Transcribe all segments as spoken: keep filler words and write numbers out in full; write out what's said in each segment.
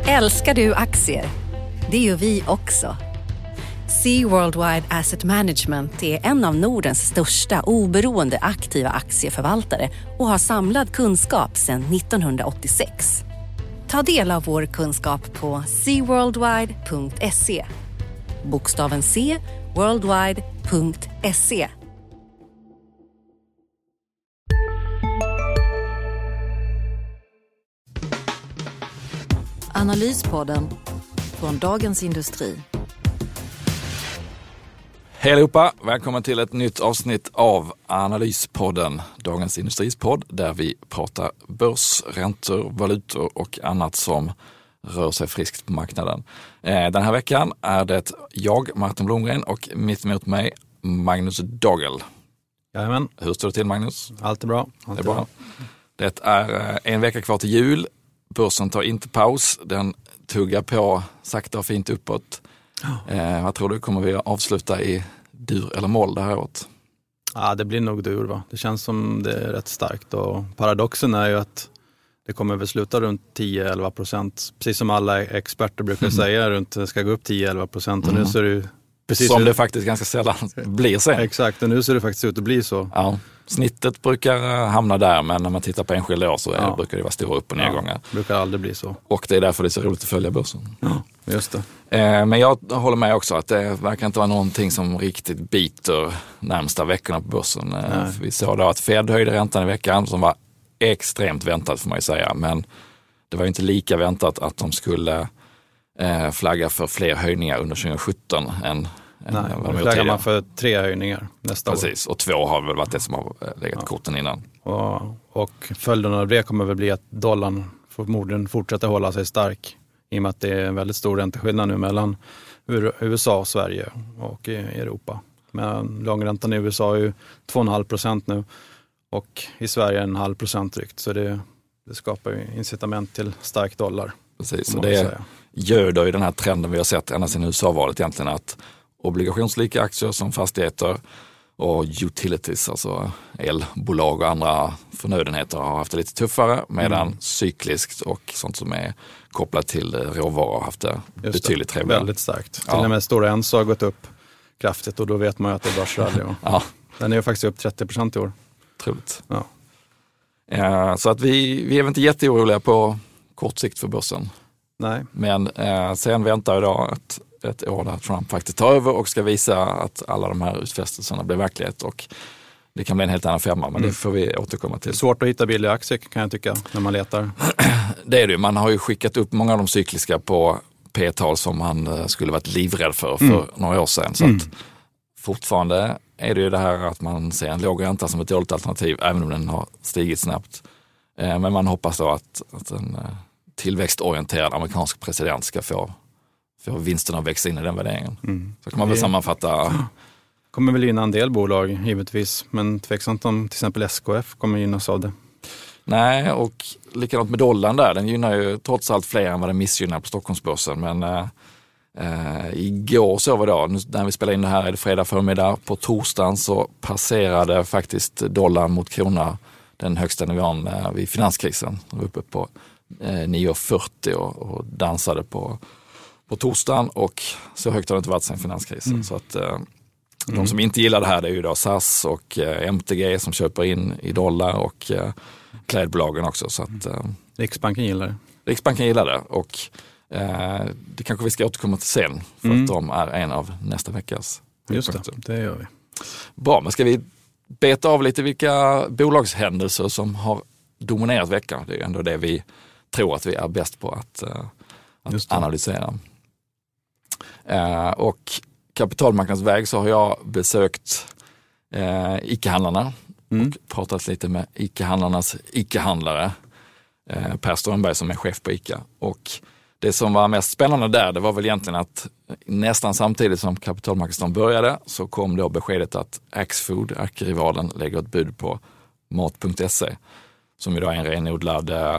Älskar du aktier? Det gör vi också. Sea Worldwide Asset Management är en av Nordens största oberoende aktiva aktieförvaltare och har samlad kunskap sedan nittonhundraåttiosex. Ta del av vår kunskap på sea worldwide punkt se. Bokstaven C, worldwide punkt se. Analyspodden från Dagens Industri. Hej allihopa, välkommen till ett nytt avsnitt av Analyspodden, Dagens Industris podd, där vi pratar börs, räntor, valutor och annat som rör sig friskt på marknaden. Den här veckan är det jag, Martin Blomgren, och mitt emot mig, Magnus Dagel. Jajamän. Hur står det till, Magnus? Allt är bra. Allt det är bra. bra. Det är en vecka kvar till jul. Börsen tar inte paus. Den tuggar på sakta och fint uppåt. Oh. Eh, vad tror du, kommer vi avsluta i dur eller moll det här året? Ja, det blir nog dur, va? Det känns som det är rätt starkt. Och paradoxen är ju att det kommer väl sluta runt tio till elva procent. Precis som alla experter brukar mm. säga, runt det ska gå upp tio till elva procent. Och mm. nu ser det ju precis som ut. Det faktiskt ganska sällan blir sen. Exakt, och nu ser det faktiskt ut att bli så. Ja. Snittet brukar hamna där, men när man tittar på enskilda år så är, ja. brukar det vara stora upp- och nedgångar. Ja, brukar aldrig bli så. Och det är därför det är så roligt att följa börsen. Ja, just det. Eh, men jag håller med också att det verkar inte vara någonting som riktigt biter närmsta veckorna på börsen. Eh, vi såg då att Fed höjde räntan i veckan, som var extremt väntat får man ju säga. Men det var ju inte lika väntat att de skulle eh, flagga för fler höjningar under tjugosjutton än Nej, då flaggar man för tre höjningar nästa Precis, år. Precis, och två har väl varit det som har legat ja. korten innan. Och, och följden av det kommer väl bli att dollarn förmodligen fortsätter hålla sig stark. I och med att det är en väldigt stor ränteskillnad nu mellan U S A och Sverige och i Europa. Men långräntan i U S A är ju två komma fem procent nu och i Sverige en halv procent drygt. Så det, det skapar ju incitament till stark dollar. Precis, och det göder ju den här trenden vi har sett ända sedan U S A-valet egentligen, att obligationslika aktier som fastigheter och utilities, alltså elbolag och andra förnödenheter, har haft det lite tuffare, medan mm. cykliskt och sånt som är kopplat till råvaror har haft det Just betydligt det. trevligare. Väldigt starkt. Ja. Till och med Stora Enso har gått upp kraftigt och då vet man ju att det är börsrally. ja. Den är ju faktiskt upp trettio procent i år. Troligt. Ja. Eh, så att vi, vi är inte jätteoroliga på kort sikt för börsen. Nej. Men eh, sen väntar idag ett ett år där Trump faktiskt tar över och ska visa att alla de här utfästelserna blir verklighet, och det kan bli en helt annan femma, men mm. det får vi återkomma till. Svårt att hitta billiga aktier kan jag tycka när man letar. Det är det. Man har ju skickat upp många av de cykliska på P-tal som man skulle varit livrädd för för mm. några år sedan. Så mm. att fortfarande är det ju det här att man ser en låg ränta som ett dåligt alternativ, även om den har stigit snabbt. Men man hoppas då att, att en tillväxtorienterad amerikansk president ska få för vinsterna växa in i den värderingen. Mm. Så kan man väl sammanfatta. Kommer väl in en del bolag givetvis, men tveksamt om till exempel S K F kommer gynnas av det. Nej, och likadant med dollarn där. Den gynnar ju trots allt fler än vad den missgynnar på Stockholmsbörsen. Men äh, äh, igår så var det då, när vi spelar in det här är det fredag förmiddag, på torsdagen så passerade faktiskt dollarn mot krona den högsta nivån äh, vid finanskrisen. Den var uppe på äh, nio komma fyrtio och, och dansade på på torsdagen, och så högt har det inte varit sedan finanskrisen. Mm. Så att eh, de mm. som inte gillar det här, det är ju då S A S och eh, M T G som köper in i dollar, och eh, klädbolagen också. Så att, eh, Riksbanken gillar det. Riksbanken gillar det, och eh, det kanske vi ska återkomma till sen, för mm. att de är en av nästa veckas. Just det, det gör vi. Bra, men ska vi beta av lite vilka bolagshändelser som har dominerat veckan? Det är ändå det vi tror att vi är bäst på att, eh, att analysera. Eh, och kapitalmarknadsväg så har jag besökt eh, ICA-handlarna mm. och pratat lite med ICA-handlarnas ICA-handlare, eh, Per Strömberg som är chef på ICA. Och det som var mest spännande där, det var väl egentligen att nästan samtidigt som kapitalmarknadsdagen började så kom då beskedet att Axfood, ärkerivalen, lägger ett bud på mat punkt se, som idag är en renodlad eh,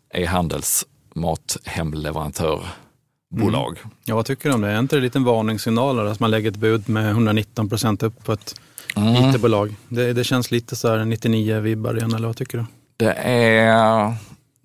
e-handelsmathemleverantör. Bolag. Mm. Ja, vad tycker du om det? Är inte det en liten varningssignal att man lägger ett bud med hundranitton procent upp på ett mm. I T-bolag? Det, det känns lite så här nittionio vibbar igen, eller vad tycker du? Det är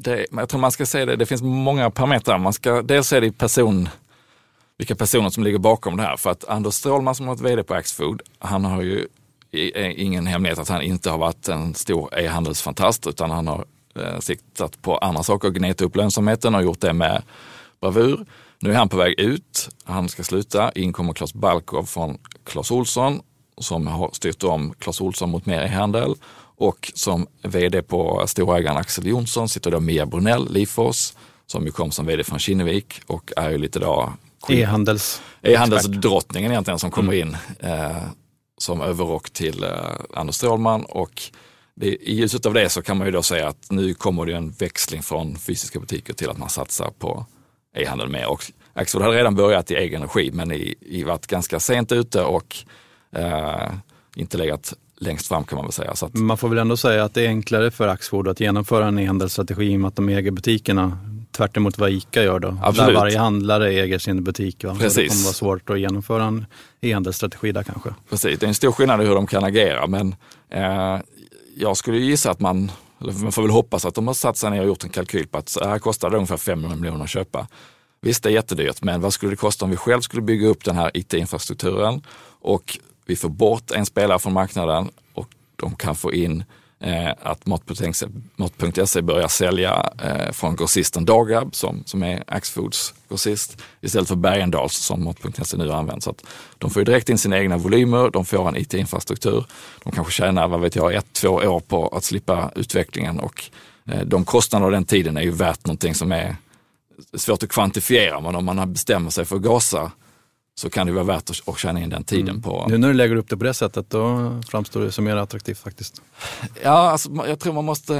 det, jag tror man ska säga det, det finns många parametrar. Man ska, dels är det person, vilka personer som ligger bakom det här. För att Anders Strålman som har varit vd på Axfood, han har ju ingen hemlighet att han inte har varit en stor e-handelsfantast, utan han har eh, siktat på andra saker och gneta upp lönsamheten och gjort det med bravur. Nu är han på väg ut, han ska sluta. In kommer Claes Balkov från Clas Ohlson som har styrt om Clas Ohlson mot mer e-handel, och som vd på storägaren Axel Jonsson sitter då Mia Brunell, Lifors, som ju kom som vd från Kinnevik och är ju lite då e-handels e-handelsdrottningen egentligen, som kommer in eh, som överrock till eh, Anders Strålman. Och det, i ljuset av det så kan man ju då säga att nu kommer det en växling från fysiska butiker till att man satsar på e-handel med. Och Axfood hade redan börjat i egen regi, men i, i varit ganska sent ute och eh, inte legat längst fram, kan man väl säga. Så att, man får väl ändå säga att det är enklare för Axfood att genomföra en e-handelsstrategi med att de äger butikerna, tvärt emot vad ICA gör då. Absolut. Där varje handlare äger sin butik. Va? Precis. Så det kommer vara svårt att genomföra en e-handelsstrategi där kanske. Precis, det är en stor skillnad i hur de kan agera, men eh, jag skulle gissa att man, eller man får väl hoppas att de har satt sig ner och gjort en kalkyl på att så här kostar det ungefär femhundra miljoner att köpa. Visst, det är jättedyrt, men vad skulle det kosta om vi själv skulle bygga upp den här I T-infrastrukturen och vi får bort en spelare från marknaden och de kan få in eh, att Mat punkt se börjar sälja eh, från grossisten Dagab som, som är Axfoods grossist istället för Bergendahls som Mat punkt se nu använder. Så att de får ju direkt in sina egna volymer, de får en I T-infrastruktur, de kanske tjänar, vad vet jag, ett, två år på att slippa utvecklingen, och eh, de kostnaderna och den tiden är ju värt någonting som är svårt att kvantifiera, men om man bestämmer sig för att gasa så kan det vara värt att tjäna in den tiden mm. på... Nu när du lägger upp det på det sättet, då framstår det som mer attraktivt faktiskt. Ja, alltså, jag tror man måste...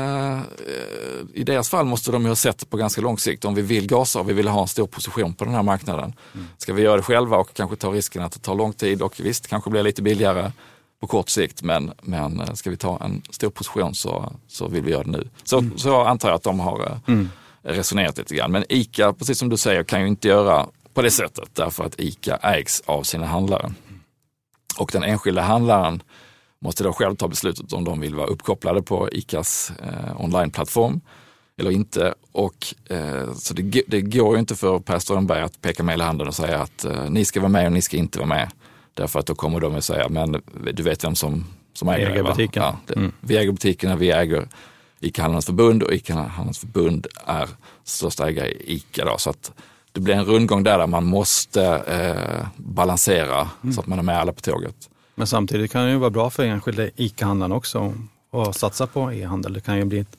I deras fall måste de ju ha sett det på ganska lång sikt. Om vi vill gasa och vi vill ha en stor position på den här marknaden. Mm. Ska vi göra det själva och kanske ta risken att det tar lång tid, och visst, kanske blir lite billigare på kort sikt, men, men ska vi ta en stor position så, så vill vi göra det nu. Så, mm. så jag antar jag att de har mm. resonerat lite grann. Men ICA, precis som du säger, kan ju inte göra på det sättet, därför att ICA ägs av sina handlare. Och den enskilda handlaren måste då själv ta beslutet om de vill vara uppkopplade på ICAs eh, onlineplattform eller inte. Och, eh, så det, det går ju inte för Per Strömberg att peka med hela handen och säga att eh, ni ska vara med och ni ska inte vara med. Därför att då kommer de att säga, men du vet vem som, som äger, äger butiken. Ja, det, mm. Vi äger butikerna, vi äger ICA-handlarnas förbund, och ICA-handlarnas förbund är största ägare i ICA då, så att det blir en rundgång där, där man måste eh, balansera mm. så att man är med alla på tåget. Men samtidigt kan det ju vara bra för enskilda ICA-handlarna också att satsa på e-handel. Det kan ju bli ett,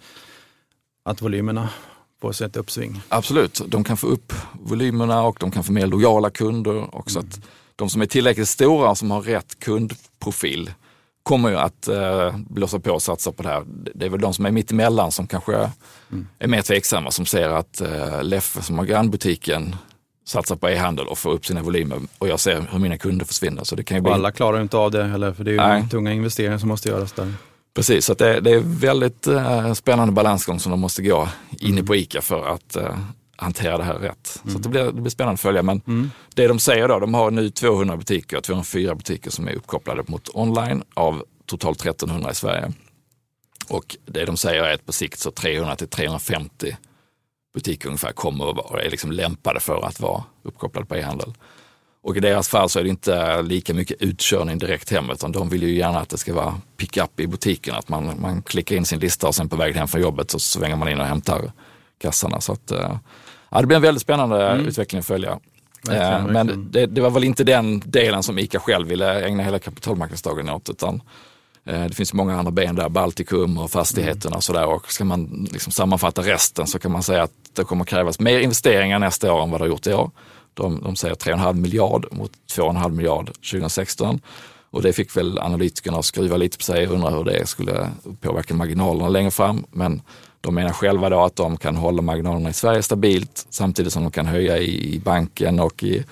att volymerna får sig ett uppsving. Absolut, de kan få upp volymerna och de kan få mer lojala kunder också. Mm. Att de som är tillräckligt stora och som har rätt kundprofil kommer ju att eh, blåsa på och satsa på det här. Det är väl de som är mitt emellan som kanske mm. är mer tveksamma, som ser att eh, Leffe som har grannbutiken satsar på e-handel och får upp sina volymer, och jag ser hur mina kunder försvinner. Så det kan ju bli... Alla klarar inte av det heller, för det är ju Nej. tunga investeringar som måste göras där. Precis, så att det, det är väldigt eh, spännande balansgång som de måste gå inne mm. på ICA för att eh, hantera det här rätt. Mm. Så att det, blir, det blir spännande att följa. Men mm. det de säger då, de har nu tvåhundra butiker, tvåhundrafyra butiker som är uppkopplade mot online av totalt trettonhundra i Sverige. Och det de säger är att på sikt så trehundra till trehundrafemtio butiker ungefär kommer och är liksom lämpade för att vara uppkopplade på e-handel. Och i deras fall så är det inte lika mycket utkörning direkt hem, utan de vill ju gärna att det ska vara pick-up i butiken. Att man, man klickar in sin lista och sen på väg hem från jobbet så svänger man in och hämtar kassarna. Så att, ja, det blir en väldigt spännande mm. utveckling att följa. Verkligen, Men verkligen. Det, det var väl inte den delen som ICA själv ville ägna hela kapitalmarknadsdagen åt, utan det finns många andra ben där, Baltikum och fastigheterna och sådär. Och ska man liksom sammanfatta resten så kan man säga att det kommer krävas mer investeringar nästa år än vad det har gjort i år. De, de säger tre komma fem miljard mot två komma fem miljard tjugohundrasexton. Och det fick väl analytikerna att skruva lite på sig och undra hur det skulle påverka marginalerna längre fram. Men de menar själva då att de kan hålla marginalerna i Sverige stabilt samtidigt som de kan höja i, i banken och i,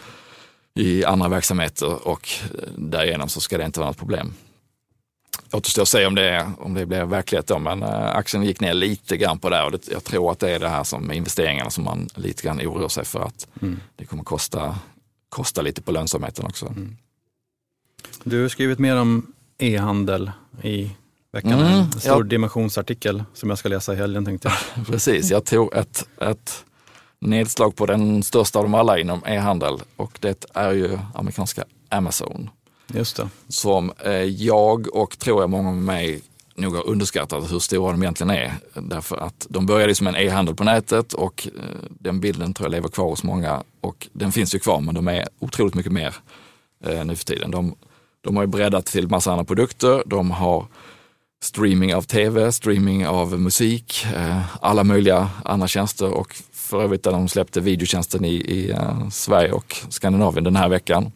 i andra verksamheter, och därigenom så ska det inte vara något problem. Återstår att säga om det, om det blir verklighet då, men äh, aktien gick ner lite grann på det, och det, jag tror att det är det här som investeringarna som man lite grann oroar sig för att mm. det kommer kosta, kosta lite på lönsamheten också. Mm. Du har skrivit mer om e-handel i veckan. Mm, en stor ja. dimensionsartikel som jag ska läsa i helgen, tänkte jag. Precis, jag tog ett, ett nedslag på den största av dem alla inom e-handel och det är ju amerikanska Amazon. Just det. Som eh, jag och tror jag många med mig nog har underskattat hur stora de egentligen är. Därför att de började som en e-handel på nätet och eh, den bilden tror jag lever kvar hos många. Och den finns ju kvar, men de är otroligt mycket mer eh, nu för tiden. De, de har ju breddat till massa andra produkter. De har streaming av tv, streaming av musik, eh, alla möjliga andra tjänster och för övrigt där de släppte videotjänsten i, i eh, Sverige och Skandinavien den här veckan.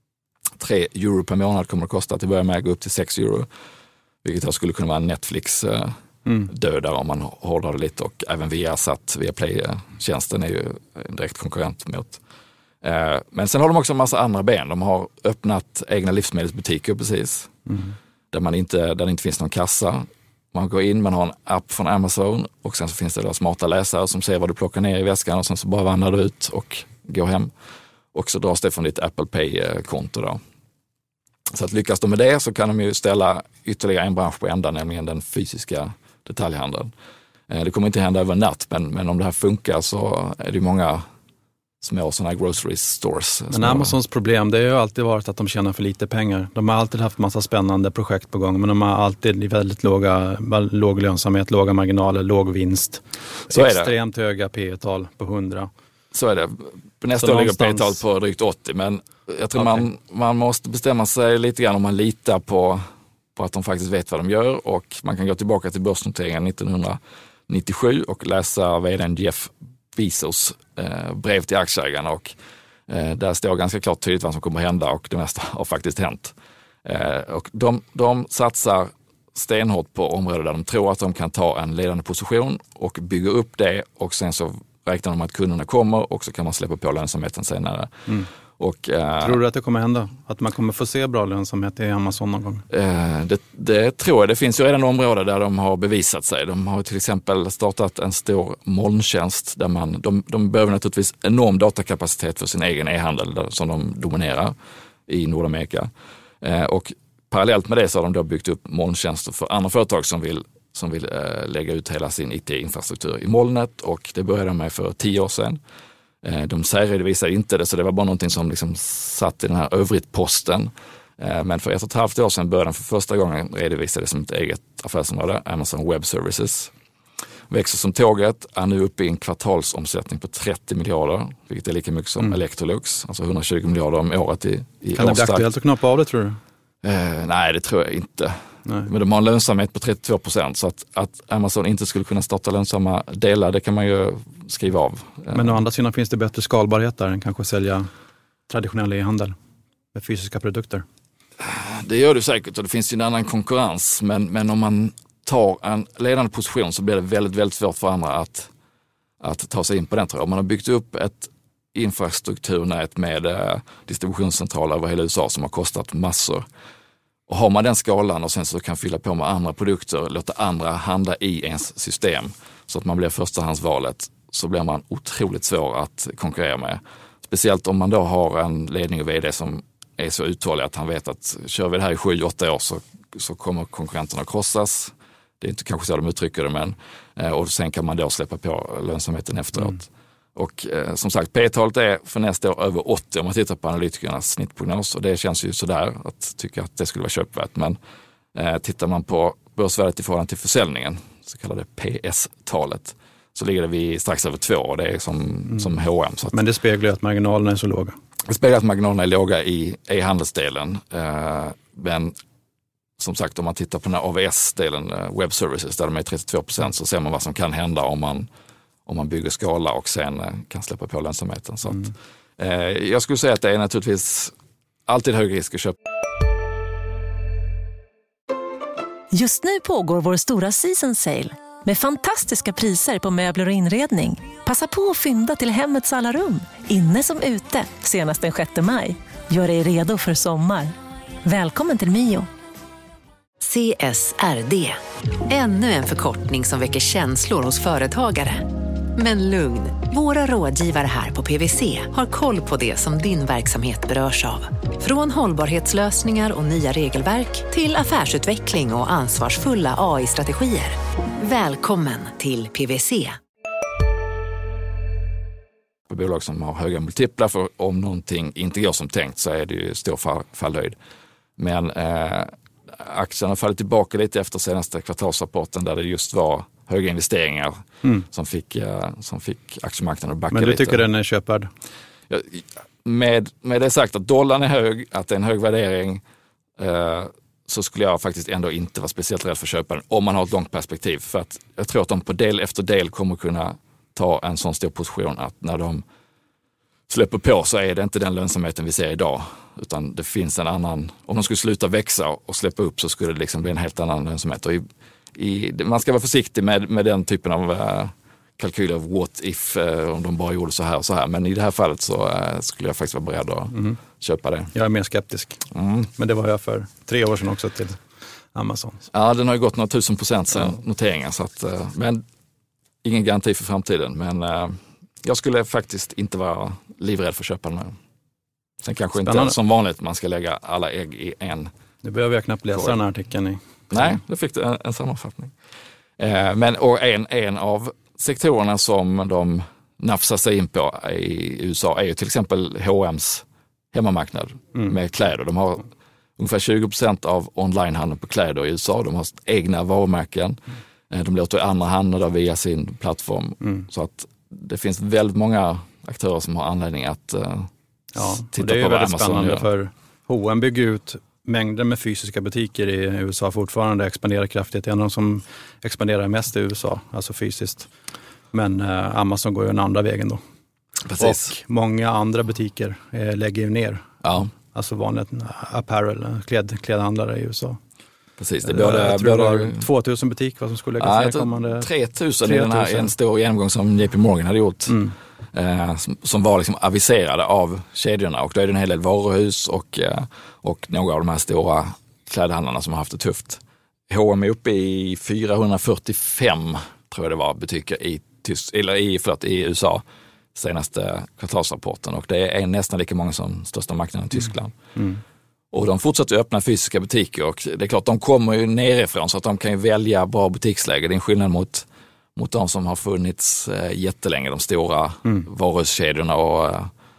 Tre euro per månad kommer det kosta till börja med, gå upp till sex euro. Vilket här skulle kunna vara en Netflix eh, mm. dödare om man hårdrar det lite och även Viasat, Viaplay-tjänsten är ju en direkt konkurrent mot. Eh, men sen har de också en massa andra ben. De har öppnat egna livsmedelsbutiker precis. Mm. Där, man inte, där det inte finns någon kassa. Man går in, man har en app från Amazon och sen så finns det då smarta läsare som ser vad du plockar ner i väskan och sen så bara vandrar du ut och går hem. Och så dras det från ditt Apple Pay-konto då. Så att lyckas de med det så kan de ju ställa ytterligare en bransch på ända, nämligen den fysiska detaljhandeln. Det kommer inte hända över en natt, men, men om det här funkar så är det många små sådana här grocery stores. Men Amazons problem, det har ju alltid varit att de tjänar för lite pengar. De har alltid haft massa spännande projekt på gång, men de har alltid väldigt låga, låg lönsamhet, låga marginaler, låg vinst. Så extremt höga P E-tal på hundra. Så är det. Nästa år ligger P E-tal på drygt åttio, men jag tror okay. man, man måste bestämma sig lite grann om man litar på, på att de faktiskt vet vad de gör och man kan gå tillbaka till börsnoteringen nittonhundranittiosju och läsa vdn Jeff Bezos eh, brev till aktieägarna och eh, där står ganska klart tydligt vad som kommer hända och det mesta har faktiskt hänt. Eh, och de, de satsar stenhårt på områden där de tror att de kan ta en ledande position och bygga upp det och sen så räknar de att kunderna kommer och så kan man släppa på lönsamheten senare. Mm. Och, eh, tror du att det kommer hända? Att man kommer få se bra lönsamhet i Amazon någon gång? Eh, det, det tror jag. Det finns ju redan områden där de har bevisat sig. De har till exempel startat en stor molntjänst där man, de, de behöver naturligtvis enorm datakapacitet för sin egen e-handel där, som de dominerar i Nordamerika. Eh, och parallellt med det så har de då byggt upp molntjänster för andra företag som vill som vill eh, lägga ut hela sin I T-infrastruktur i molnet och det började de med för tio år sedan. Eh, de särredovisade inte det så det var bara någonting som liksom satt i den här övrigt-posten. Eh, men för ett och ett halvt år sedan började de för första gången redovisa det som ett eget affärsområde, Amazon Web Services. Växer som tåget, är nu uppe i en kvartalsomsättning på trettio miljarder, vilket är lika mycket som mm. Electrolux, alltså etthundratjugo miljarder om året i, i Kan det bli aktuellt att knappa av det, tror du? Eh, nej, det tror jag inte. Nej. Men de har en lönsamhet på trettiotvå procent så att, att Amazon inte skulle kunna starta lönsamma delar, det kan man ju skriva av. Men å andra sidan finns det bättre skalbarhet där än kanske sälja traditionell e-handel med fysiska produkter. Det gör det säkert och det finns ju en annan konkurrens men, men om man tar en ledande position så blir det väldigt, väldigt svårt för andra att, att ta sig in på den, tror jag. Om man har byggt upp ett infrastrukturnät med eh, distributionscentraler över hela U S A som har kostat massor. Och har man den skalan och sen så kan fylla på med andra produkter, låta andra handla i ens system så att man blir förstahandsvalet, så blir man otroligt svår att konkurrera med. Speciellt om man då har en ledning och vd som är så uthållig att han vet att kör vi det här i sju, åtta år så, så kommer konkurrenterna krossas. Det är inte kanske så de uttrycker det, men eh, och sen kan man då släppa på lönsamheten efteråt. Mm. Och eh, som sagt, P E-talet är för nästa år över åttio om man tittar på analytikernas snittprognos och det känns ju sådär att tycka att det skulle vara köpvärt. Men eh, tittar man på börsvärdet i förhållande till försäljningen, så kallade P S-talet, så ligger det vid strax över två och det är som, mm. som H och M. Så att, men det speglar att marginalerna är så låga? Det speglar att marginalerna är låga i e-handelsdelen. Eh, men som sagt, om man tittar på den här A V S-delen, eh, Web Services, där de är trettiotvå procent, så ser man vad som kan hända om man om man bygger skala och sen kan släppa på lönsamheten. Så att, mm. eh, jag skulle säga att det är naturligtvis alltid hög risk att köpa. Just nu pågår vår stora season sale med fantastiska priser på möbler och inredning. Passa på att fynda till hemmets alla rum, inne som ute, senast den sjätte maj. Gör dig redo för sommar. Välkommen till Mio. C S R D. Ännu en förkortning som väcker känslor hos företagare. Men lugn, våra rådgivare här på P V C har koll på det som din verksamhet berörs av. Från hållbarhetslösningar och nya regelverk till affärsutveckling och ansvarsfulla A I-strategier. Välkommen till P V C. På bolag som har höga multiplar, för om någonting inte går som tänkt så är det ju stor fall, fallhöjd. Men eh, aktien har fallit tillbaka lite efter senaste kvartalsrapporten där det just var höga investeringar mm. som, fick, eh, som fick aktiemarknaden att backa lite. Men du tycker lite. Den är köpvärd? Ja, med, med det sagt att dollarn är hög, att det är en hög värdering, eh, så skulle jag faktiskt ändå inte vara speciellt rädd för köparen om man har ett långt perspektiv. För att jag tror att de på del efter del kommer kunna ta en sån stor position att när de släpper på så är det inte den lönsamheten vi ser idag, utan det finns en annan, om de skulle sluta växa och släppa upp så skulle det liksom bli en helt annan lönsamhet. Och i, i, man ska vara försiktig med, med den typen av uh, kalkyler av what if, uh, om de bara gjorde så här och så här, men i det här fallet så uh, skulle jag faktiskt vara beredd att mm. köpa det. Jag är mer skeptisk, mm. men det var jag för tre år sedan också till Amazon. Ja, den har ju gått några tusen procent sedan ja. noteringen, så att, uh, men ingen garanti för framtiden, men uh, jag skulle faktiskt inte vara livrädd för att köpa den här. Sen kanske Spännande. Inte som vanligt man ska lägga alla ägg i en. Nu behöver jag knappt läsa den här artikeln i. Nej, då fick du en, en sammanfattning. Eh, men och en, en av sektorerna som de nafsar sig in på i U S A är ju till exempel H och M's hemmamarknad mm. med kläder. De har ungefär tjugo procent av onlinehandeln på kläder i U S A. De har egna varumärken. Mm. De låter andra handla via sin plattform. Mm. Så att det finns väldigt många aktörer som har anledning att uh, ja, titta det är på vad väldigt Amazon spännande gör. För H och M bygger ut mängder med fysiska butiker i U S A fortfarande, expanderar kraftigt. En av de som expanderar mest i U S A, alltså fysiskt. Men uh, Amazon går ju den andra vägen då. Precis. Och många andra butiker eh, lägger ju ner. Ja. Alltså vanligt apparel, kläd, klädhandlare i U S A. Precis, det är både, jag tror både, det var tvåtusen butik vad som skulle läggas ja, ner kommande. tre tusen i den här en stor genomgång som J P Morgan hade gjort. Mm. Eh, som, som var liksom aviserade av kedjorna, och då är det en hel del varuhus och, eh, och några av de här stora klädhandlarna som har haft det tufft. H och M är uppe i fyrahundrafyrtiofem tror jag det var butiker i, Tysk, eller i, förlåt, i U S A senaste kvartalsrapporten, och det är nästan lika många som största marknaden i Tyskland. Mm. Mm. Och de fortsätter öppna fysiska butiker, och det är klart de kommer ju nerifrån så att de kan ju välja bra butiksläge. Det är en skillnad mot, mot de som har funnits eh, jättelänge, de stora mm. varuhuskedjorna och,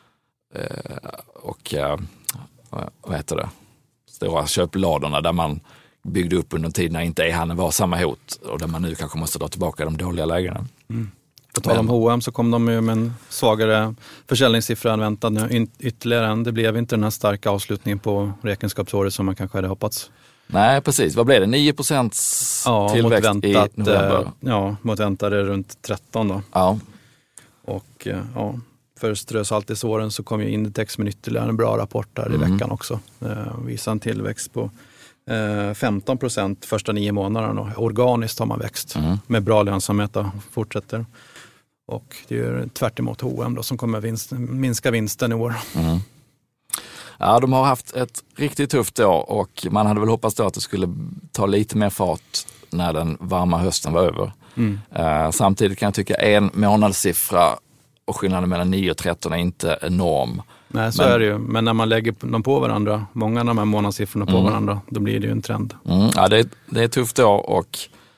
eh, och eh, vad heter det? Stora köpladorna där man byggde upp under tiden när inte e-handeln var samma hot, och där man nu kanske måste dra tillbaka de dåliga lägena. Mm. På tal om H och M så kom de ju med en svagare försäljningssiffra än väntat nu. Ytterligare än, det blev inte den här starka avslutningen på räkenskapsåret som man kanske hade hoppats. Nej, precis. Vad blev det? nio procent ja, tillväxt mot väntat, i november? Ja, mot väntade runt tretton då. Ja. Och ja, för strösalt i såren så kom ju Inditex med ytterligare en bra rapport där mm. i veckan också. Eh, visar en tillväxt på eh, femton procent första nio månaderna. Organiskt har man växt mm. med bra lönsamhet och fortsätter. Och det är tvärt emot H och M då, som kommer vinst, minska vinsten i år. Mm. Ja, de har haft ett riktigt tufft år, och man hade väl hoppats då att det skulle ta lite mer fart när den varma hösten var över. Mm. Uh, samtidigt kan jag tycka en månadssiffra och skillnaden mellan nio och tretton är inte enorm. Nej, så men, är det ju. Men när man lägger dem på varandra, många av de här månadssiffrorna på mm. varandra, då blir det ju en trend. Mm. Ja, det är, det är tufft år, och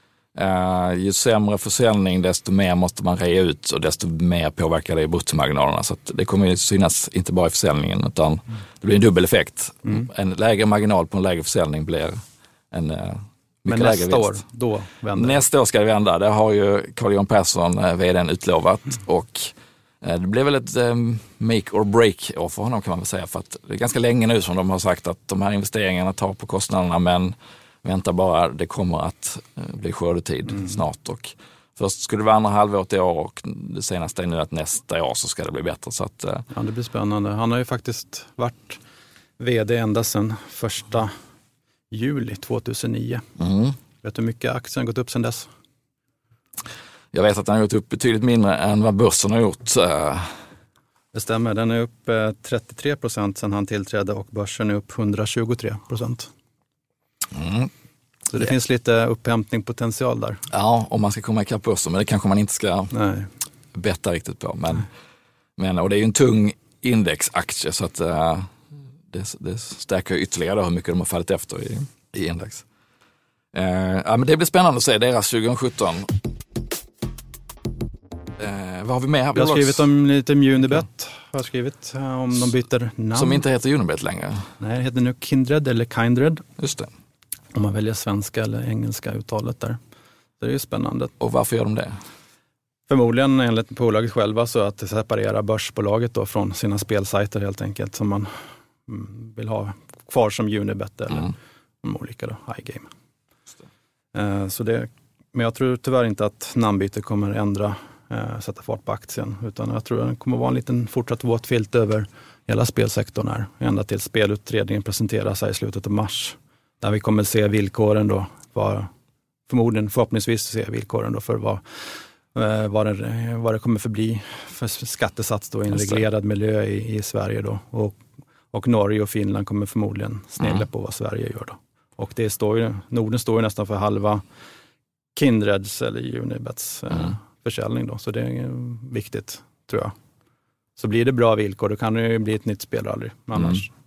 Uh, ju sämre försäljning desto mer måste man rea ut, och desto mer påverkar det i bruttomarginalerna, så att det kommer ju synas inte bara i försäljningen utan mm. det blir en dubbel effekt. Mm. En lägre marginal på en lägre försäljning blir en uh, mycket Men lägre nästa vinst. år, då vänder det. Nästa år ska det vända, det har ju Carl-Johan Persson, uh, vdn, utlovat mm. och uh, det blir väl ett um, make or break år för honom kan man väl säga, för att det är ganska länge nu som de har sagt att de här investeringarna tar på kostnaderna, men vänta bara, det kommer att bli skördetid mm. snart, och först skulle det vara andra halvåret i år, och det senaste är nu att nästa år så ska det bli bättre. Så att, ja, det blir spännande. Han har ju faktiskt varit vd ända sedan första juli tjugohundranio. Mm. Vet du hur mycket aktien har gått upp sedan dess? Jag vet att den har gått upp betydligt mindre än vad börsen har gjort. Det stämmer, den är upp trettiotre procent sedan han tillträdde, och börsen är upp hundratjugotre procent. Mm. Så det, det finns lite upphämtningspotential där. Ja, om man ska komma ikapp börsen, men det kanske man inte ska Nej. betta riktigt på. Men, men, och det är ju en tung indexaktie så att uh, det, det stärker ytterligare hur mycket de har fallit efter i, i index. Uh, ja, men det blir spännande att se deras tjugo sjutton. Uh, vad har vi med här? Vi har skrivit om lite Unibet. Jag har skrivit uh, om de byter namn. Som inte heter Unibet längre. Nej, det heter nu Kindred eller Kindred. Just det. Om man väljer svenska eller engelska uttalet där. Det är ju spännande. Och varför gör de det? Förmodligen enligt bolaget själva så att separera börsbolaget då från sina spelsajter helt enkelt som man vill ha kvar som Unibet eller mm. de olika då, iGame. Uh, så det, men jag tror tyvärr inte att namnbyte kommer ändra, uh, sätta fart på aktien utan jag tror att det kommer vara en liten fortsatt våt filt över hela spelsektorn här. Ända till spelutredningen presenteras här i slutet av mars. Där vi kommer se villkoren då, var, förmodligen förhoppningsvis se villkoren då för vad, uh, vad, det, vad det kommer förbli för skattesats då i en reglerad miljö i, i Sverige då. Och, och Norge och Finland kommer förmodligen snegla mm. på vad Sverige gör då. Och det står ju, Norden står ju nästan för halva Kindreds eller Unibets mm. eh, försäljning då. Så det är viktigt, tror jag. Så blir det bra villkor, då kan det ju bli ett nytt spelrally annars. Mm.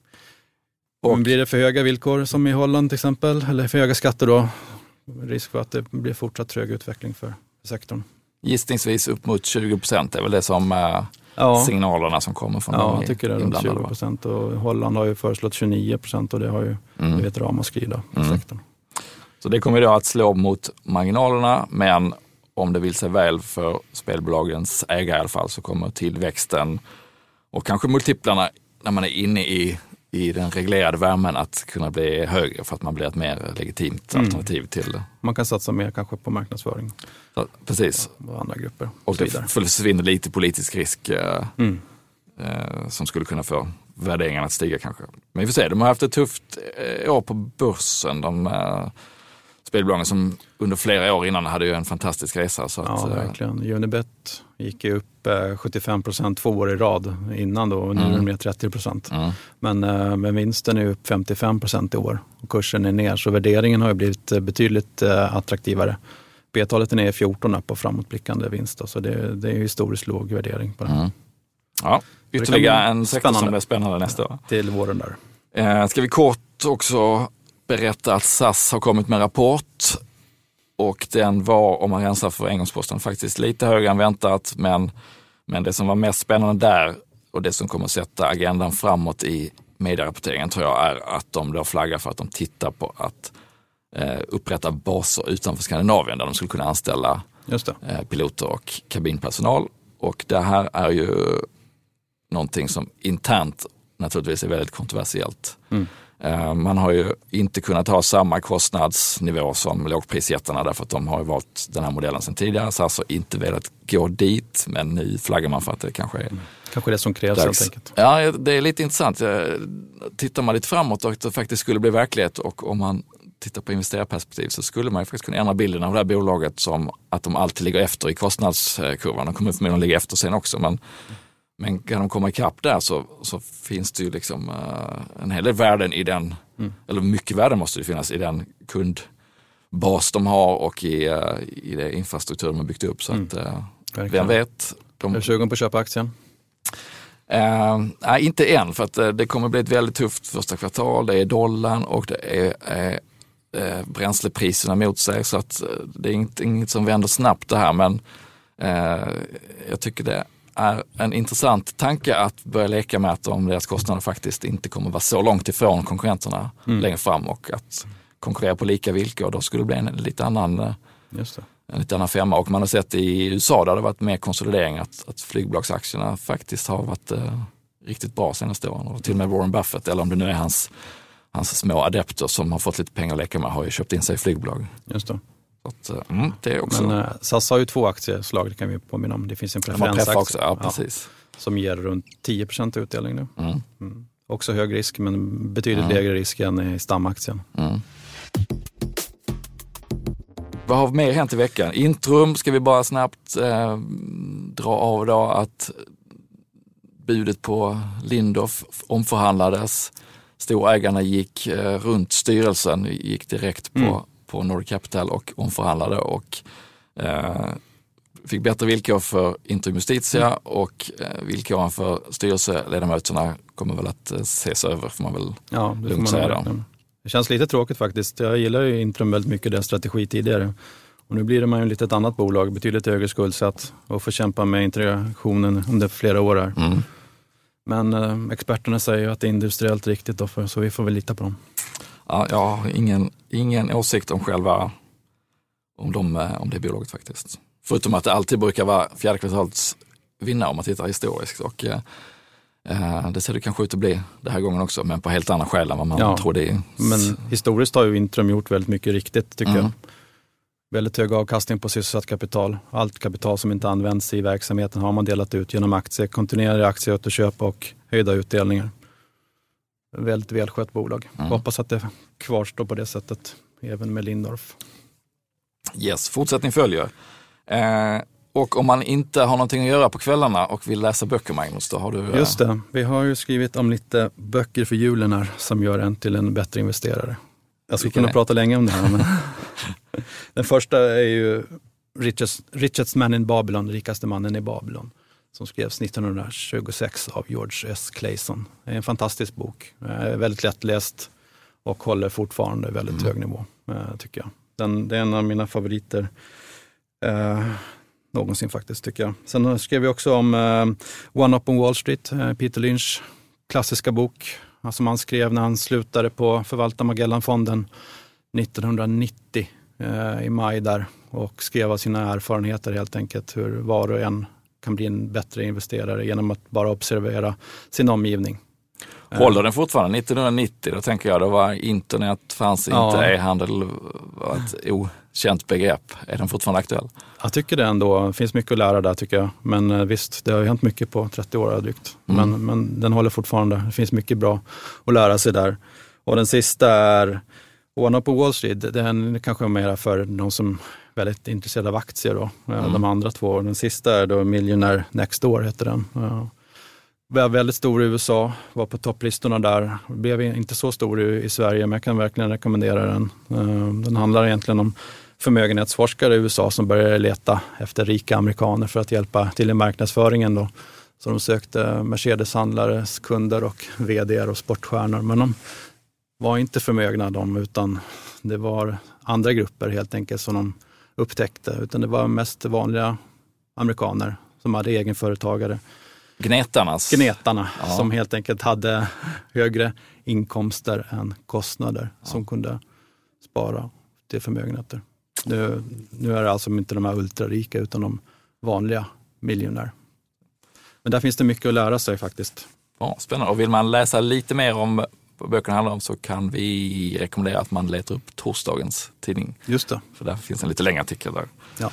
Och blir det för höga villkor som i Holland till exempel, eller för höga skatter då, risk för att det blir fortsatt trög utveckling för sektorn. Gissningsvis upp mot tjugo procent är väl det som äh, ja. signalerna som kommer från ja, jag tycker det är runt tjugo procent och Holland har ju föreslått tjugonio procent och det har ju mm. blivit ramaskri på mm. sektorn. Så det kommer då att slå mot marginalerna, men om det vill sig väl för spelbolagens ägare i alla fall så kommer tillväxten och kanske multiplarna när man är inne i, i den reglerade värmen att kunna bli högre för att man blir ett mer legitimt mm. alternativ till det. Man kan satsa mer kanske på marknadsföring. Så, precis. Och andra grupper. Och, och det försvinner lite politisk risk eh, mm. eh, som skulle kunna få värderingarna att stiga kanske. Men vi får se, de har haft ett tufft eh, år på börsen. De eh, spelbolagen som under flera år innan hade ju en fantastisk resa. Så ja, att, verkligen. Unibet gick ju upp eh, sjuttiofem procent två år i rad innan då och nu mm. är det mer trettio procent. Mm. Men, eh, men vinsten är upp femtiofem procent i år och kursen är ner så värderingen har ju blivit betydligt eh, attraktivare. B-talet är ner fjorton på framåtblickande vinst då, så det, det är ju historiskt låg värdering på den. Mm. Ja, ytterligare en sektor som blir spännande nästa år. Till våren där. Eh, ska vi kort också berätta att S A S har kommit med en rapport och den var, om man rensar för engångsposten, faktiskt lite högre än väntat, men, men det som var mest spännande där och det som kommer att sätta agendan framåt i medierapporteringen tror jag är att de då flaggar för att de tittar på att eh, upprätta baser utanför Skandinavien där de skulle kunna anställa Just det. Eh, piloter och kabinpersonal. Och det här är ju någonting som internt naturligtvis är väldigt kontroversiellt. Mm. Man har ju inte kunnat ha samma kostnadsnivå som lågprisjättarna därför att de har ju valt den här modellen sedan tidigare. Så alltså inte velat gå dit, men nu flaggar man för att det kanske är... Mm. Kanske det som krävs helt enkelt. Ja, det är lite intressant. Tittar man lite framåt och att det faktiskt skulle bli verklighet och om man tittar på investerarperspektiv så skulle man ju faktiskt kunna ändra bilden av det här bolaget som att de alltid ligger efter i kostnadskurvan. De kommer förmodligen ligga efter sen också, men Men kan de komma ikapp där så, så finns det ju liksom uh, en hel del värden i den, mm. eller mycket värden måste det finnas i den kundbas de har och i, uh, i det infrastruktur de har byggt upp. Så mm. att, uh, vem vet. De... Är du sugen på att köpa aktien? Uh, nej, inte än, för att uh, det kommer bli ett väldigt tufft första kvartal. Det är dollarn och det är uh, uh, bränslepriserna mot sig. Så att uh, det är inget, inget som vänder snabbt det här, men uh, jag tycker det är en intressant tanke att börja leka med att om deras kostnader faktiskt inte kommer vara så långt ifrån konkurrenterna mm. längre fram och att konkurrera på lika villkor, då skulle det bli en lite annan, Just det. En lite annan femma. Och man har sett i U S A där det har varit mer konsolidering att, att flygbolagsaktierna faktiskt har varit eh, riktigt bra senaste åren. Och till och med Warren Buffett, eller om det nu är hans, hans små adepter som har fått lite pengar att leka med, har ju köpt in sig i flygbolag. Just det. Att, mm, det är också... Men uh, S A S har ju två aktieslag, det kan vi påminna om. Det finns en preferensaktie också, ja, precis. Ja, som ger runt tio procent utdelning nu. Mm. Mm. Också hög risk, men betydligt mm. lägre risk än i stamaktien. Mm. Vad har mer hänt i veckan? Intrum ska vi bara snabbt eh, dra av då att budet på Lindorff omförhandlades. Storägarna gick eh, runt styrelsen, gick direkt på, mm. på Nordic Capital och omförhandlade och eh, fick bättre villkor för Intrum Justitia mm. och eh, villkoren för styrelseledamöterna kommer väl att eh, ses över, får man väl ja, det lugnt säga då. Det känns lite tråkigt faktiskt. Jag gillar ju Intrum väldigt mycket, den strategi tidigare. Och nu blir det man ju lite ett annat bolag, betydligt högre skuldsatt och får kämpa med integrationen under flera år här. Mm. Men eh, experterna säger ju att det är industriellt riktigt då, för, så vi får väl lita på dem. Ja, jag har ingen, ingen åsikt om själva om, de, om det bolaget faktiskt. Förutom att det alltid brukar vara fjärde kvartalets vinnare om man tittar historiskt. Och eh, det ser det kanske ut att bli det här gången också, men på helt andra skäl än vad man ja, tror det är. Men historiskt har ju Intrum gjort väldigt mycket riktigt tycker mm. jag. Väldigt hög avkastning på sysselsatt kapital. Allt kapital som inte används i verksamheten har man delat ut genom aktier, kontinuerliga aktieåterköp och höjda utdelningar. Väldigt välskött bolag. Mm. Hoppas att det kvarstår på det sättet, även med Lindorff. Yes, fortsättning följer. Eh, och om man inte har någonting att göra på kvällarna och vill läsa böcker, Magnus, då har du... Eh... Just det, vi har ju skrivit om lite böcker för julen här som gör en till en bättre investerare. Jag skulle kunna prata länge om det här, men... Den första är ju Richest, Richest Man in Babylon, rikaste mannen i Babylon, som skrevs nittonhundratjugosex av George S. Clayson. Det är en fantastisk bok, är väldigt lättläst och håller fortfarande väldigt mm. hög nivå, tycker jag. Den, det är en av mina favoriter eh, någonsin faktiskt, tycker jag. Sen skrev vi också om eh, One Up on Wall Street, eh, Peter Lynch, klassiska bok som han skrev när han slutade på förvalta Magellanfonden nittonhundranittio eh, i maj där, och skrev av sina erfarenheter helt enkelt, hur var och en kan bli en bättre investerare genom att bara observera sin omgivning. Håller den fortfarande? nittonhundranittio, då tänker jag, då var internet, fanns inte, ja. E-handel var ett okänt begrepp. Är den fortfarande aktuell? Jag tycker det ändå. Det finns mycket att lära där, tycker jag. Men visst, det har ju hänt mycket på trettio år drygt. Mm. Men, men den håller fortfarande. Det finns mycket bra att lära sig där. Och den sista är One Up on Wall Street. Den kanske är mer för de som är väldigt intresserade av aktier då. Mm. De andra två. Den sista är då Millionaire Next Door heter den. Ja. Var väldigt stor i U S A, var på topplistorna där. Blev inte så stor i Sverige, men jag kan verkligen rekommendera den. Den handlar egentligen om förmögenhetsforskare i U S A som började leta efter rika amerikaner för att hjälpa till i marknadsföringen då. Så de sökte Mercedes-handlares kunder och vd:ar och sportstjärnor, men de var inte förmögna de, utan det var andra grupper helt enkelt som de upptäckte, utan det var mest vanliga amerikaner som hade egenföretagare. Gnetarnas. Gnetarna, ja. Som helt enkelt hade högre inkomster än kostnader, ja. Som kunde spara till förmögenheter. Nu, nu är det alltså inte de här ultrarika utan de vanliga miljonärer. Men där finns det mycket att lära sig faktiskt. Ja, spännande. Och vill man läsa lite mer om vad böckerna handlar om, så kan vi rekommendera att man letar upp torsdagens tidning. Just det. För där finns en lite längre artikel där. Ja.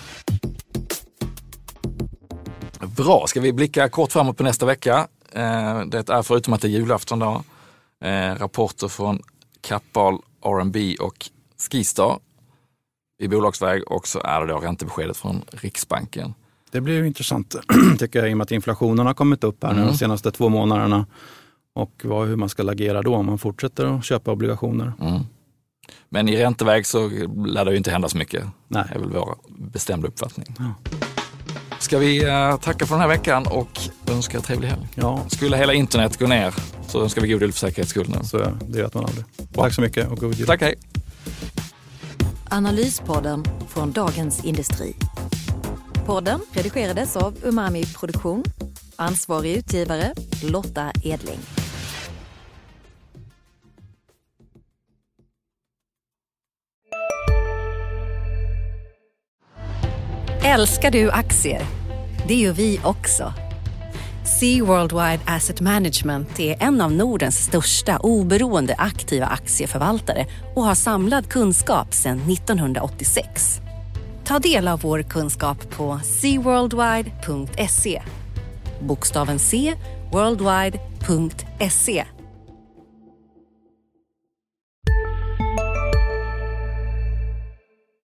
Bra, ska vi blicka kort framåt på nästa vecka. Det är förutom att det är julafton då, rapporter från Kappahl, R and B och Skistar i bolagsväg, och så är det då räntebeskedet från Riksbanken. Det blir ju intressant tycker jag, i och med att inflationen har kommit upp här mm. de senaste två månaderna, och vad, hur man ska agera då om man fortsätter att köpa obligationer. Mm. Men i ränteväg så lär det ju inte hända så mycket. Nej. Det är väl vår bestämda uppfattning. Ja. Ska vi uh, tacka för den här veckan och önska trevlig helg. Ja. Skulle hela internet gå ner så önskar vi god jul för säkerhets skull nu. Så det vet man aldrig. Bra. Tack så mycket och god jul. Tack, hej. Analyspodden från Dagens Industri. Podden redigerades av Umami Produktion. Ansvarig utgivare Lotta Edling. Älskar du aktier? Det gör vi också. Sea Worldwide Asset Management är en av Nordens största oberoende aktiva aktieförvaltare och har samlad kunskap sedan nittonhundraåttiosex. Ta del av vår kunskap på sea worldwide punkt se. Bokstaven C, worldwide punkt se.